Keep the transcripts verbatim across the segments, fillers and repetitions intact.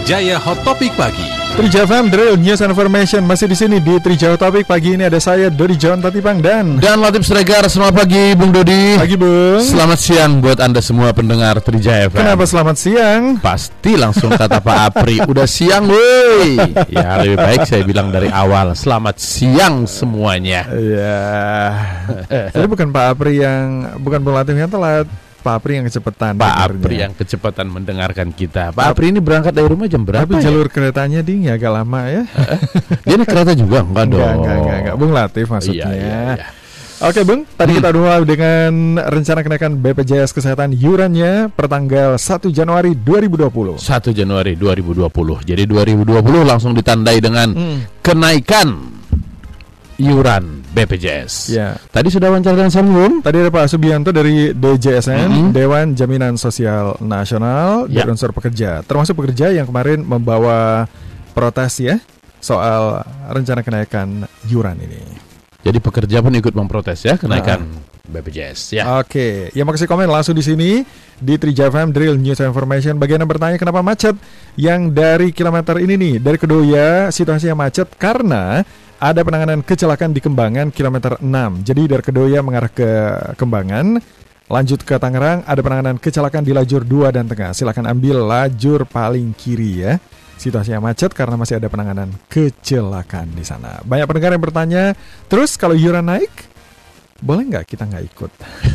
Trijaya Hot Topic Pagi. Trijaya F M Drill News and Information masih di sini di Trijaya Hot Topic pagi ini ada saya Dodi John Tatipang dan dan Latif Sregar. Selamat pagi Bung Dodi. Pagi Bung. Selamat siang buat Anda semua pendengar Trijaya F M. Kenapa selamat siang? Pasti langsung kata Pak Apri, udah siang woi. Ya lebih baik saya bilang dari awal, selamat siang semuanya. Iya. Jadi bukan Pak Apri yang bukan Bung Latif yang telat. Pak Apri yang kecepatan. Pak Apri yang kecepatan mendengarkan kita. Pak Apri ini berangkat dari rumah jam berapa? Tapi ya? jalur keretanya ding ya agak lama ya. Dia ini kereta juga enggak dong? Enggak, enggak, enggak, enggak. Bung Latif maksudnya. Iya, iya, iya. Oke Bung, tadi hmm. kita udah mulai dengan rencana kenaikan B P J S Kesehatan iurannya pertanggal satu Januari dua ribu dua puluh. satu Januari dua ribu dua puluh. Jadi dua ribu dua puluh langsung ditandai dengan hmm. kenaikan iuran B P J S. Ya. Tadi sudah wawancara dengan Sambung. Tadi ada Pak Subianto dari D J S N, mm-hmm. Dewan Jaminan Sosial Nasional, ya. dari unsur pekerja. Termasuk pekerja yang kemarin membawa protes ya soal rencana kenaikan iuran ini. Jadi pekerja pun ikut memprotes ya kenaikan nah. B P J S ya. Oke, yang mau kasih komen langsung di sini di Trijaya F M Drill News Information. Bagian yang bertanya kenapa macet? Yang dari kilometer ini nih, dari Kedoya situasinya macet karena ada penanganan kecelakaan di Kembangan kilometer enam. Jadi dari Kedoya mengarah ke Kembangan, lanjut ke Tangerang, ada penanganan kecelakaan di lajur dua dan tengah. Silakan ambil lajur paling kiri ya. Situasinya macet karena masih ada penanganan kecelakaan di sana. Banyak pendengar yang bertanya, terus kalau iuran naik, boleh nggak kita nggak ikut?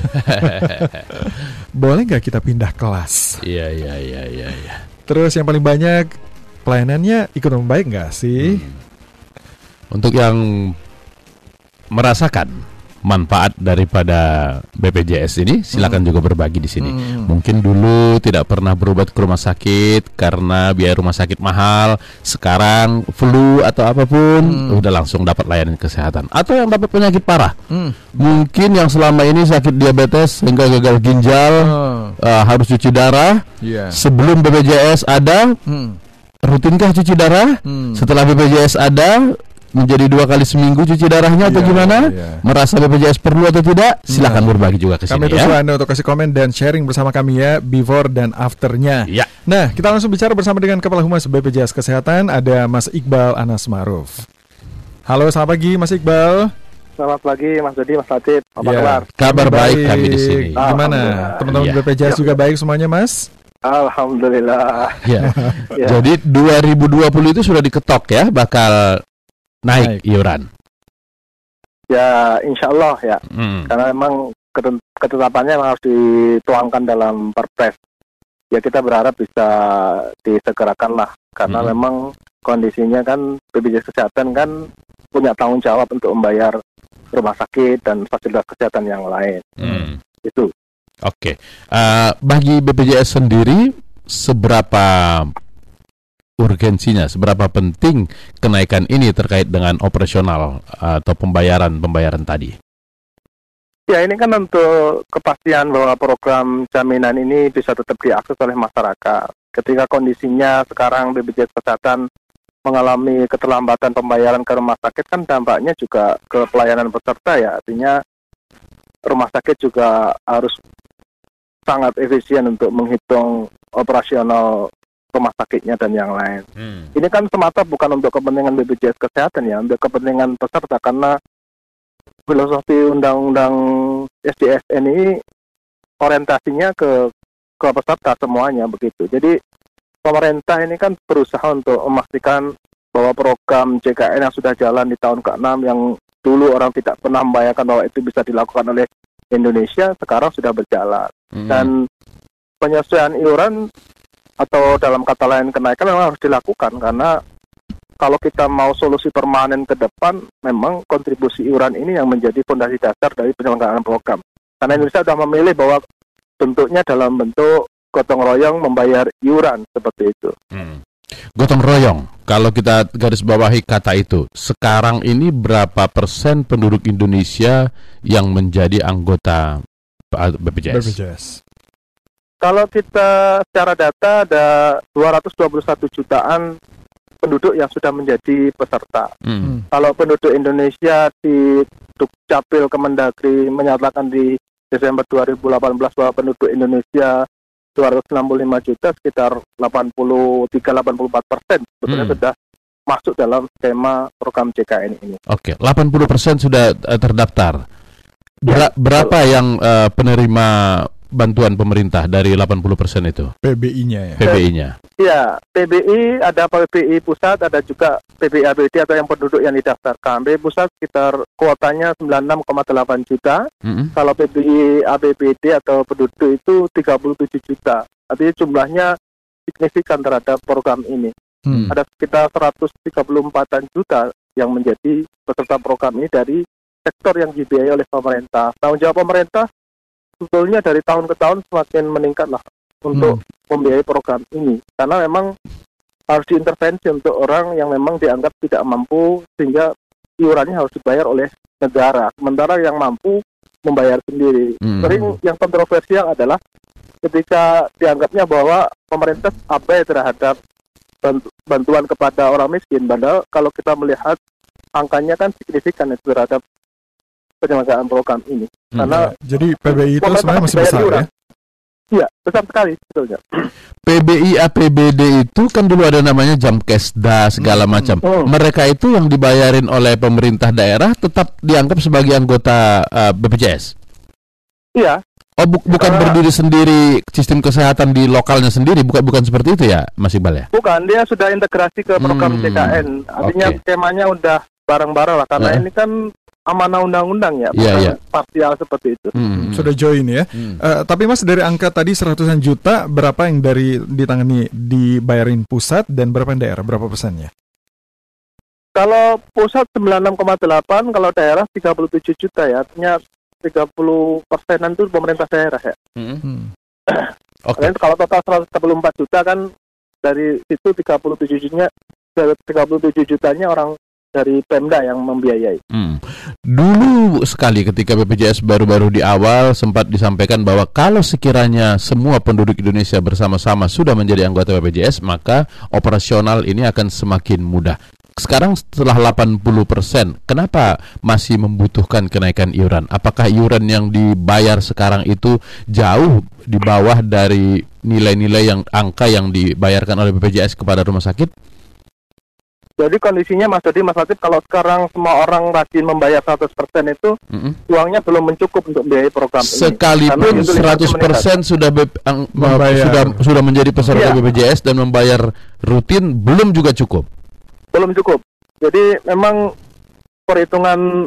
Boleh nggak kita pindah kelas? Iya, iya, iya, iya. Ya. Terus yang paling banyak, pelayanannya ikut membaik nggak sih? Hmm. Untuk yang merasakan manfaat daripada B P J S ini, silakan hmm. juga berbagi di sini. Hmm. Mungkin dulu tidak pernah berobat ke rumah sakit karena biaya rumah sakit mahal. Sekarang flu atau apapun, hmm. udah langsung dapat layanan kesehatan. Atau yang dapat penyakit parah, hmm. mungkin yang selama ini sakit diabetes hingga gagal ginjal, hmm. uh, harus cuci darah. Yeah. Sebelum B P J S ada, hmm. rutinkah cuci darah? Hmm. Setelah B P J S ada, menjadi dua kali seminggu cuci darahnya atau yeah, gimana? Yeah. Merasa B P J S perlu atau tidak? Silakan nah, berbagi juga ke sini ya. Kami tunggu Anda untuk kasih komen dan sharing bersama kami ya, before dan afternya. Ya. Nah, kita langsung bicara bersama dengan Kepala Humas B P J S Kesehatan, ada Mas Iqbal Anas Ma'ruf. Halo, selamat pagi Mas Iqbal. Selamat pagi Mas Dodi, Mas Latif. Apa ya, kabar? Kabar baik, baik kami di sini. Gimana? Teman-teman ya. B P J S ya. juga baik semuanya, Mas? Alhamdulillah. Ya. ya. Jadi dua ribu dua puluh itu sudah diketok ya, bakal naik, naik iuran. Ya, insya Allah ya. Hmm. Karena memang ketetapannya memang harus dituangkan dalam Perpres. Ya kita berharap bisa disegerakan lah. Karena hmm. memang kondisinya kan B P J S Kesehatan kan punya tanggung jawab untuk membayar rumah sakit dan fasilitas kesehatan yang lain. Hmm. Itu. Oke. Okay. Uh, bagi B P J S sendiri, seberapa urgensinya, seberapa penting kenaikan ini terkait dengan operasional atau pembayaran-pembayaran tadi? Ya, ini kan untuk kepastian bahwa program jaminan ini bisa tetap diakses oleh masyarakat. Ketika kondisinya sekarang B P J S Kesehatan mengalami keterlambatan pembayaran ke rumah sakit, kan dampaknya juga ke pelayanan peserta ya. Artinya rumah sakit juga harus sangat efisien untuk menghitung operasional rumah sakitnya dan yang lain. Hmm. Ini kan semata bukan untuk kepentingan B P J S Kesehatan ya, untuk kepentingan peserta, karena filosofi Undang-Undang S D S N ini orientasinya ke ke peserta semuanya begitu. Jadi pemerintah ini kan berusaha untuk memastikan bahwa program J K N yang sudah jalan di tahun keenam yang dulu orang tidak pernah membayangkan bahwa itu bisa dilakukan oleh Indonesia, sekarang sudah berjalan. Hmm. Dan penyesuaian iuran atau dalam kata lain kenaikan memang harus dilakukan, karena kalau kita mau solusi permanen ke depan, memang kontribusi iuran ini yang menjadi fondasi dasar dari penyelenggaraan program. Karena Indonesia sudah memilih bahwa bentuknya dalam bentuk gotong royong membayar iuran seperti itu. Hmm. Gotong royong, kalau kita garis bawahi kata itu, sekarang ini berapa persen penduduk Indonesia yang menjadi anggota B P J S? B P J S. Kalau kita secara data ada dua ratus dua puluh satu jutaan penduduk yang sudah menjadi peserta. Hmm. Kalau penduduk Indonesia di Dukcapil Kemendagri menyatakan di Desember dua ribu delapan belas bahwa penduduk Indonesia dua ratus enam puluh lima juta, sekitar delapan puluh tiga sampai delapan puluh empat persen sebetulnya Hmm. sudah masuk dalam skema program J K N ini. Oke, delapan puluh persen sudah eh, terdaftar. Ber- Ya, berapa yang eh, penerima bantuan pemerintah dari delapan puluh persen itu? P B I-nya ya. P B I-nya. Ya, P B I ada P B I pusat, ada juga P B I A B D atau yang penduduk yang didaftarkan. P B I pusat sekitar kuotanya sembilan puluh enam koma delapan juta. Mm-mm. Kalau P B I A B D atau penduduk itu tiga puluh tujuh juta. Artinya jumlahnya signifikan terhadap program ini. Hmm. Ada sekitar seratus tiga puluh empat juta yang menjadi peserta program ini dari sektor yang dibiayai oleh pemerintah. Tanggung jawab pemerintah sebetulnya dari tahun ke tahun semakin meningkat lah untuk membiayai program ini. Karena memang harus diintervensi untuk orang yang memang dianggap tidak mampu sehingga iurannya harus dibayar oleh negara. Sementara yang mampu membayar sendiri. Hmm. Sering yang kontroversial adalah ketika dianggapnya bahwa pemerintah abai terhadap bantu- bantuan kepada orang miskin. Padahal kalau kita melihat angkanya kan signifikan itu terhadap penyelenggaraan program ini. Hmm. Karena Jadi P B I itu pemerintah sebenarnya masih bayar besar iuran. ya. Iya, besar sekali sebetulnya. P B I A P B D itu kan dulu ada namanya Jamkesda segala Hmm. macam. Hmm. Mereka itu yang dibayarin oleh pemerintah daerah tetap dianggap sebagai anggota eh, B P J S. Iya, Oh bu- bukan Karena- berdiri sendiri sistem kesehatan di lokalnya sendiri, bukan bukan seperti itu ya, Mas Iqbal ya? bukan, dia sudah integrasi ke program Hmm, J K N. Artinya oke. skemanya udah bareng-bareng lah karena Heeh. ini kan amanah undang-undang ya, Iya, bukan iya. parsial seperti itu. Hmm. Sudah join ya. Hmm. Eh, tapi Mas dari angka tadi seratusan juta, berapa yang dari ditangani dibayarin pusat dan berapa yang daerah? Berapa persennya? Kalau pusat sembilan puluh enam koma delapan, kalau daerah tiga puluh tujuh juta ya. Artinya tiga puluh persenan itu pemerintah daerah ya. Hmm. Hmm. Oke. Dan kalau total seratus tiga puluh empat juta kan dari situ tiga puluh tujuh jutanya tiga puluh tujuh jutanya orang dari Pemda yang membiayai. Hmm. Dulu sekali ketika B P J S baru-baru di awal sempat disampaikan bahwa kalau sekiranya semua penduduk Indonesia bersama-sama sudah menjadi anggota B P J S, maka operasional ini akan semakin mudah. Sekarang setelah delapan puluh persen, kenapa masih membutuhkan kenaikan iuran? Apakah iuran yang dibayar sekarang itu jauh di bawah dari nilai-nilai yang angka yang dibayarkan oleh B P J S kepada rumah sakit? Jadi kondisinya Mas Dodi, Mas Latif, kalau sekarang semua orang rajin membayar seratus persen itu Mm-mm. uangnya belum mencukup untuk membiayai program ini. Sekalipun Karena utilitasnya seratus persen sudah B- ang- Membayar. sudah sudah menjadi peserta Iya. B P J S dan membayar rutin belum juga cukup. belum cukup. Jadi memang perhitungan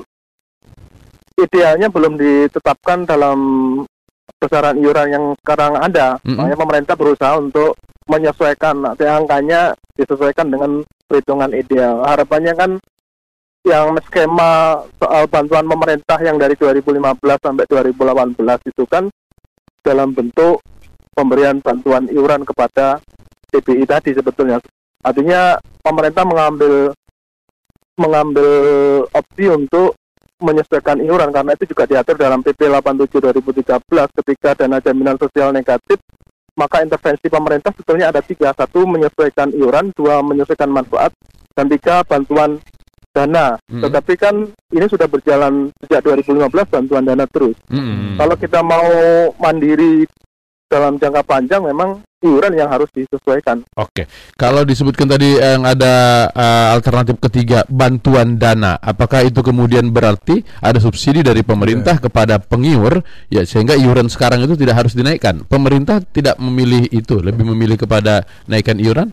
idealnya belum ditetapkan dalam besaran iuran yang sekarang ada. Mm-mm. Makanya pemerintah berusaha untuk menyesuaikan, nanti angkanya disesuaikan dengan perhitungan ideal. Harapannya kan yang skema soal bantuan pemerintah yang dari dua ribu lima belas sampai dua ribu delapan belas itu kan dalam bentuk pemberian bantuan iuran kepada P B I tadi sebetulnya. Artinya pemerintah mengambil mengambil opsi untuk menyesuaikan iuran karena itu juga diatur dalam P P delapan puluh tujuh dua ribu tiga belas ketika dana jaminan sosial negatif, maka intervensi pemerintah sebetulnya ada tiga. Satu, menyesuaikan iuran. Dua, menyesuaikan manfaat. Dan tiga, bantuan dana. Hmm. Tetapi kan ini sudah berjalan sejak dua ribu lima belas bantuan dana terus. Mm-mm. Kalau kita mau mandiri dalam jangka panjang memang iuran yang harus disesuaikan. Oke, kalau disebutkan tadi yang ada eh, alternatif ketiga bantuan dana, apakah itu kemudian berarti ada subsidi dari pemerintah kepada pengiur, ya sehingga iuran sekarang itu tidak harus dinaikkan? Pemerintah tidak memilih itu, lebih memilih kepada naikkan iuran?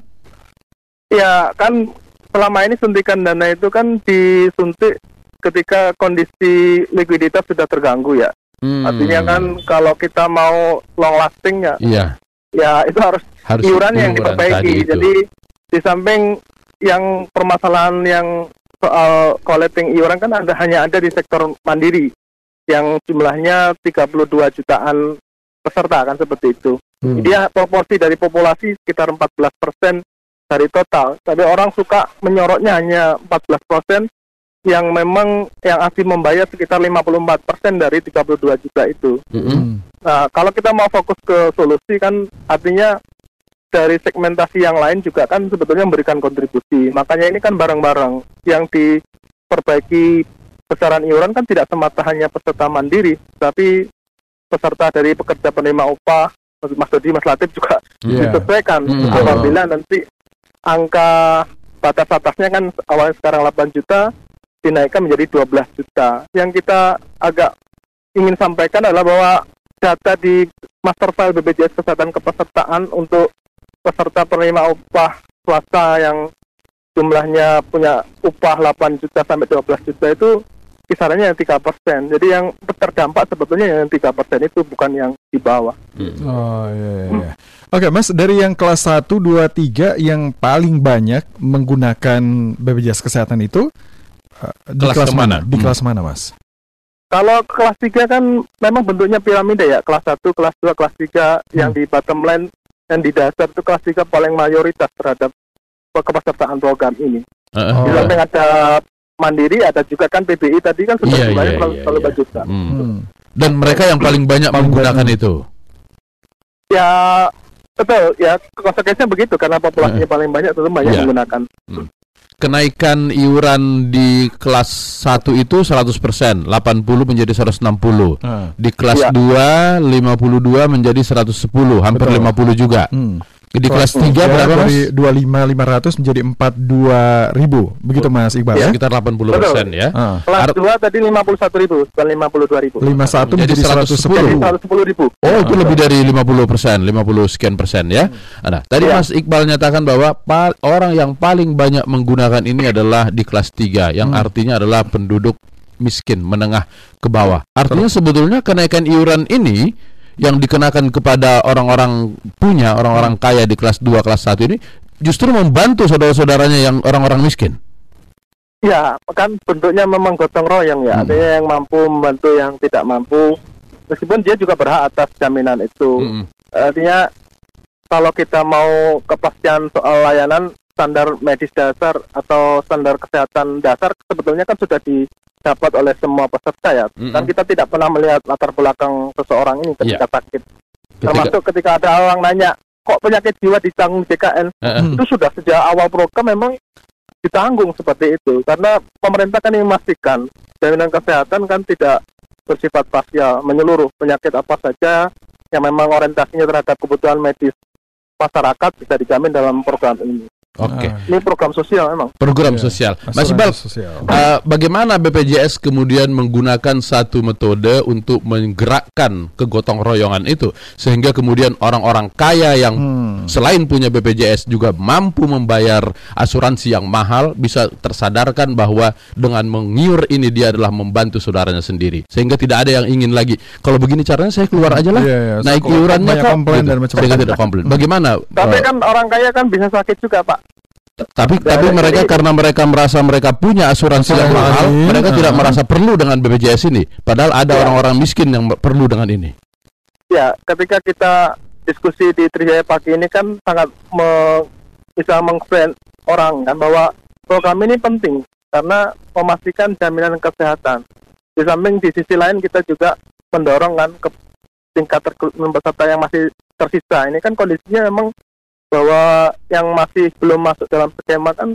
Ya kan selama ini suntikan dana itu kan disuntik ketika kondisi likuiditas sudah terganggu ya. Hmm. Artinya kan kalau kita mau long lasting ya, Iya, ya itu harus harus iuran yang iuran diperbaiki. tadi itu. Jadi di samping yang permasalahan yang soal collecting iuran kan ada hanya ada di sektor mandiri yang jumlahnya tiga puluh dua jutaan peserta kan seperti itu. Hmm. Dia proporsi dari populasi sekitar empat belas persen dari total. Tapi orang suka menyorotnya hanya empat belas persen yang memang yang asli membayar sekitar lima puluh empat persen dari tiga puluh dua juta itu. Mm-mm. Hmm. Nah, kalau kita mau fokus ke solusi kan artinya dari segmentasi yang lain juga kan sebetulnya memberikan kontribusi. Makanya ini kan bareng-bareng yang diperbaiki besaran iuran kan tidak semata hanya peserta mandiri, tapi peserta dari pekerja penerima upah, Mas Dodi, Mas Latif juga Yeah. disesuaikan. Hmm. Apabila nanti angka batas atasnya kan awalnya sekarang delapan juta dinaikkan menjadi dua belas juta. Yang kita agak ingin sampaikan adalah bahwa data di master file B P J S Kesehatan kepesertaan untuk peserta penerima upah swasta yang jumlahnya punya upah delapan juta sampai dua belas juta itu kisarannya yang tiga persen. Jadi yang terdampak sebetulnya yang tiga persen itu, bukan yang di bawah. Oh iya, iya, iya. Oke Mas, dari yang kelas satu, dua, tiga yang paling banyak menggunakan B P J S Kesehatan itu uh, di Kelas kelas kemana? mana? Di Hmm. kelas mana Mas? Kalau kelas tiga kan memang bentuknya piramida ya. Kelas satu, kelas dua, kelas tiga. Yang di bottom line dan di dasar itu kelas tiga paling mayoritas terhadap kepesertaan program ini. Uh, Oh. Di samping ada Mandiri, ada juga kan P B I tadi kan sudah Iya, jumlahnya iya, selalu iya, selalu iya. juta. hmm. Hmm. Dan mereka yang paling banyak Paling menggunakan banyak. itu. Ya betul ya, konsekuensinya begitu karena populasinya paling banyak tentu banyak Iya. menggunakan. Kenaikan iuran di kelas satu itu seratus persen, delapan puluh menjadi seratus enam puluh. Ah. Di kelas Iya. dua, lima puluh dua menjadi seratus sepuluh, hampir Betul. lima puluh juga. Hmm. Di kelas Kelas tiga berapa Mas? dari dua puluh lima ribu lima ratus menjadi empat puluh dua ribu. Begitu Mas Iqbal Iya. ya? Sekitar delapan puluh persen ya. Ah. Kelas Ar- dua tadi lima puluh satu ribu, bukan lima puluh dua ribu. lima puluh satu Menjadi menjadi seratus Jadi sepuluh. seratus sepuluh ribu. Oh, itu lebih dari lima puluh persen, lima puluh sekian persen ya. Nah, tadi Iya. Mas Iqbal nyatakan bahwa pa- orang yang paling banyak menggunakan ini adalah di kelas tiga, yang Hmm. artinya adalah penduduk miskin, menengah ke bawah. Artinya sebetulnya kenaikan iuran ini yang dikenakan kepada orang-orang punya, orang-orang kaya di kelas dua, kelas satu ini justru membantu saudara-saudaranya yang orang-orang miskin. Ya, kan bentuknya memang gotong royong ya. Hmm. Artinya yang mampu membantu yang tidak mampu. Meskipun dia juga berhak atas jaminan itu. Mm-mm. Artinya kalau kita mau kepastian soal layanan standar medis dasar atau standar kesehatan dasar sebetulnya kan sudah didapat oleh semua peserta ya. Mm-mm. Dan kita tidak pernah melihat latar belakang seseorang ini ketika sakit. Ketika- Termasuk ketika ada orang nanya, kok penyakit jiwa ditanggung J K N? Eh, eh. Hmm. Itu sudah sejak awal program memang ditanggung seperti itu. Karena pemerintah kan ingin memastikan jaminan kesehatan kan tidak bersifat parsial, menyeluruh. Penyakit apa saja yang memang orientasinya terhadap kebutuhan medis masyarakat bisa dijamin dalam program ini. Oke. Ah. Ini program sosial memang. Program Iya. sosial. Mas Asuransi Iqbal, sosial. Uh, bagaimana B P J S kemudian menggunakan satu metode untuk menggerakkan kegotong royongan itu sehingga kemudian orang-orang kaya yang Hmm. selain punya B P J S juga mampu membayar asuransi yang mahal bisa tersadarkan bahwa dengan mengiur ini dia adalah membantu saudaranya sendiri sehingga tidak ada yang ingin lagi kalau begini caranya saya keluar aja lah Iya, iya. naik Kok iurannya banyak kok komplain gitu. dan macam-macam. Sehingga tidak komplain. Bagaimana? Tapi uh, kan orang kaya kan bisa sakit juga, Pak. tapi tapi Jadi- mereka karena mereka merasa mereka punya asuransi yang Asuransi. mahal, mereka Ah. tidak merasa perlu dengan B P J S ini. Padahal ada Ya. orang-orang miskin yang perlu dengan ini. Ya, ketika kita diskusi di Trijaya Pagi ini kan sangat me- bisa mengfriend orang kan bahwa program ini penting karena memastikan jaminan kesehatan. Di samping di sisi lain kita juga mendorong kan ke tingkat rekrutmen peserta yang masih tersisa. Ini kan kondisinya memang bahwa yang masih belum masuk dalam skema kan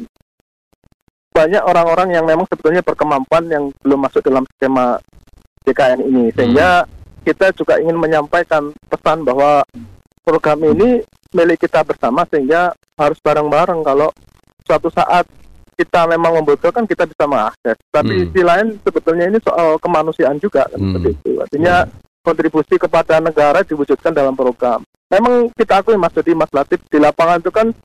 banyak orang-orang yang memang sebetulnya berkemampuan yang belum masuk dalam skema J K N ini. Sehingga kita juga ingin menyampaikan pesan bahwa program ini milik kita bersama sehingga harus bareng-bareng kalau suatu saat kita memang membutuhkan kita bisa mengakses. Tapi Hmm. sisi lain sebetulnya ini soal kemanusiaan juga kan, Hmm. seperti itu. Artinya kontribusi kepada negara diwujudkan dalam program. Memang kita akui Mas Dodi, Mas Latif, di lapangan itu kan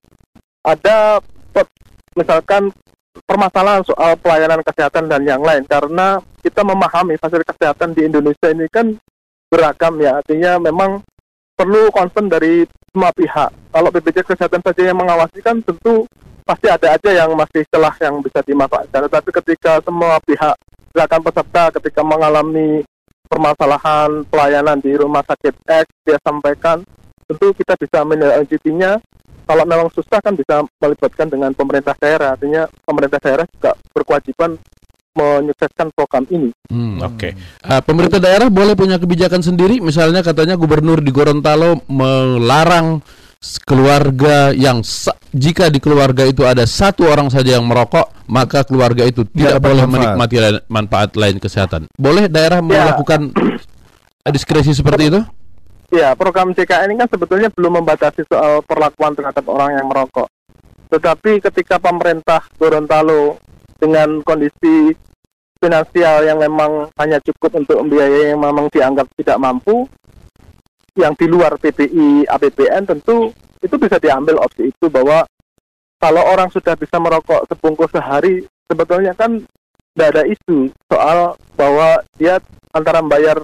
ada pe- misalkan permasalahan soal pelayanan kesehatan dan yang lain karena kita memahami fasilitas kesehatan di Indonesia ini kan beragam ya, artinya memang perlu concern dari semua pihak. Kalau B P J S Kesehatan saja yang mengawasi kan tentu pasti ada aja yang masih celah yang bisa dimanfaatkan. Tetapi ketika semua pihak, misalkan peserta ketika mengalami permasalahan pelayanan di rumah sakit X, dia sampaikan, tentu kita bisa menindaklanjutinya. Kalau memang susah kan bisa melibatkan dengan pemerintah daerah. Artinya pemerintah daerah juga berkewajiban menyukseskan program ini. Hmm, Oke. Uh, pemerintah daerah boleh punya kebijakan sendiri. Misalnya katanya gubernur di Gorontalo melarang s- keluarga yang sa- jika di keluarga itu ada satu orang saja yang merokok, maka keluarga itu tidak dapat boleh manfaat. menikmati lain- manfaat lain kesehatan. Boleh daerah Ya. melakukan diskresi seperti itu? ya program J K N ini kan sebetulnya belum membatasi soal perlakuan terhadap orang yang merokok. Tetapi ketika pemerintah Gorontalo dengan kondisi finansial yang memang hanya cukup untuk membiayai yang memang dianggap tidak mampu, yang di luar P B I, A P B N, tentu itu bisa diambil opsi itu bahwa kalau orang sudah bisa merokok sebungkus sehari, sebetulnya kan tidak ada isu soal bahwa dia antara membayar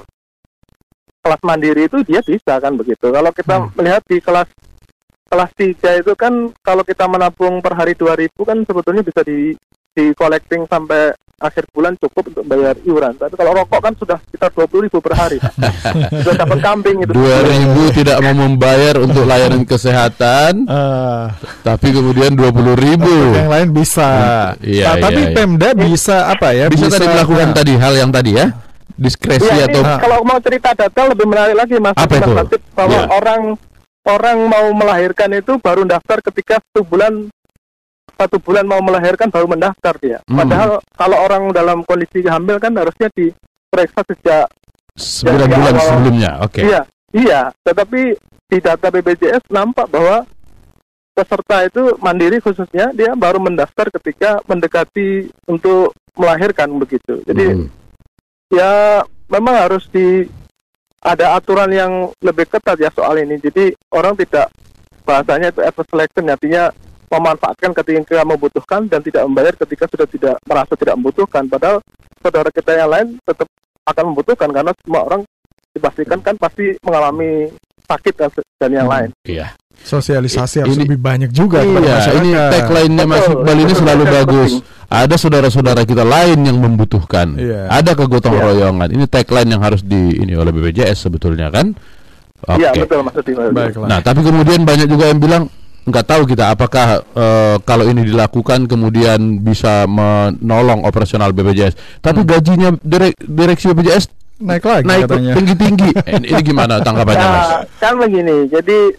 kelas mandiri itu dia bisa kan begitu. Kalau kita hmm. melihat di kelas kelas tiga itu kan kalau kita menabung per hari dua ribu kan sebetulnya bisa di di collecting sampai akhir bulan cukup untuk bayar iuran. Tapi kalau rokok kan sudah sekitar dua puluh ribu per hari. Sudah dapat kambing itu. dua ribu tidak mau membayar untuk layanan kesehatan, uh, tapi kemudian dua puluh ribu. Yang lain bisa. Iya, nah, iya, tapi iya. Pemda bisa apa ya? Bisa, bisa tadi dilakukan nah. tadi hal yang tadi ya. Diskresi ya, atau ini, kalau mau cerita data lebih menarik lagi Mas. Apa itu? Mas, bahwa ya. orang orang mau melahirkan itu baru daftar ketika satu bulan satu bulan mau melahirkan baru mendaftar dia. Hmm. Padahal kalau orang dalam kondisi hamil kan harusnya diperiksa sejak sembilan bulan awal. Sebelumnya. Oke. Okay. Iya, iya. Tetapi di data B P J S nampak bahwa peserta itu mandiri khususnya dia baru mendaftar ketika mendekati untuk melahirkan begitu. Jadi hmm. ya memang harus di ada aturan yang lebih ketat ya soal ini. Jadi orang tidak bahasanya itu adverse selection, artinya memanfaatkan ketika membutuhkan dan tidak membayar ketika sudah tidak merasa tidak membutuhkan. Padahal saudara kita yang lain tetap akan membutuhkan karena semua orang dipastikan kan pasti mengalami sakit dan, dan yang lain. Iya. Sosialisasi I, harus ini, lebih banyak juga iya, kepada masyarakat. Ini tagline-nya Mas Iqbal ini selalu bagus. Ada saudara-saudara kita lain yang membutuhkan. Iya. Ada kegotong iya. royongan. Ini tagline yang harus di ini oleh B P J S sebetulnya kan. Iya okay. betul maksudnya. Nah tapi kemudian banyak juga yang bilang nggak tahu kita apakah uh, kalau ini dilakukan kemudian bisa menolong operasional B P J S. Tapi hmm. gajinya direk, direksi B P J S naik lagi naik katanya. tinggi-tinggi. eh, ini gimana tanggapannya nah, Mas? Kan begini, jadi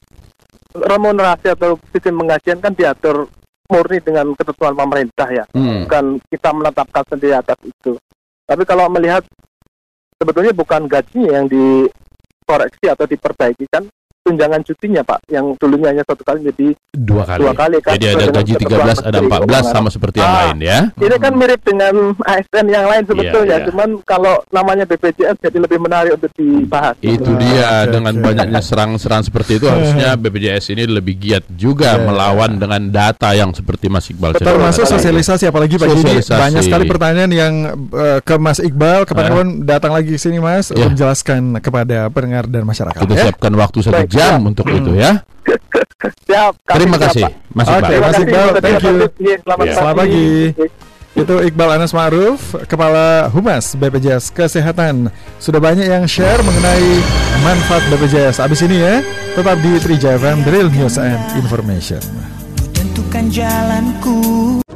remunerasi atau sistem penggajian kan diatur murni dengan ketentuan pemerintah ya, hmm. bukan kita menetapkan sendiri atas itu. Tapi kalau melihat sebetulnya bukan gajinya yang dikoreksi atau diperbaiki, kan tunjangan cutinya Pak, yang dulunya hanya satu kali jadi dua kali. Dua kali kan. Jadi ada gaji tiga belas, ada empat belas sama seperti yang ah, lain ya. Ini kan mirip dengan A S N yang lain sebetulnya, yeah, yeah. cuman kalau namanya B P J S jadi lebih menarik untuk dibahas. Itu dia, okay, dengan okay. banyaknya serang-serang seperti itu harusnya B P J S ini lebih giat juga yeah. melawan dengan data yang seperti Mas Iqbal. Termasuk sosialisasi, apalagi pagi ini banyak sekali pertanyaan yang uh, ke Mas Iqbal. Kapan-kapan datang lagi ke sini Mas yeah. untuk menjelaskan kepada pendengar dan masyarakat. Kita ya? siapkan waktu satu jam untuk hmm. itu ya. Siap. Terima kasih Mas Iqbal. Oke, Mas Iqbal, thank you. Selamat, yeah. Selamat pagi. Itu Iqbal Anas Ma'ruf, Kepala Humas B P J S Kesehatan. Sudah banyak yang share mengenai manfaat B P J S. Abis ini ya, tetap di Trija F M Drill News and Information. Tentukan jalanku.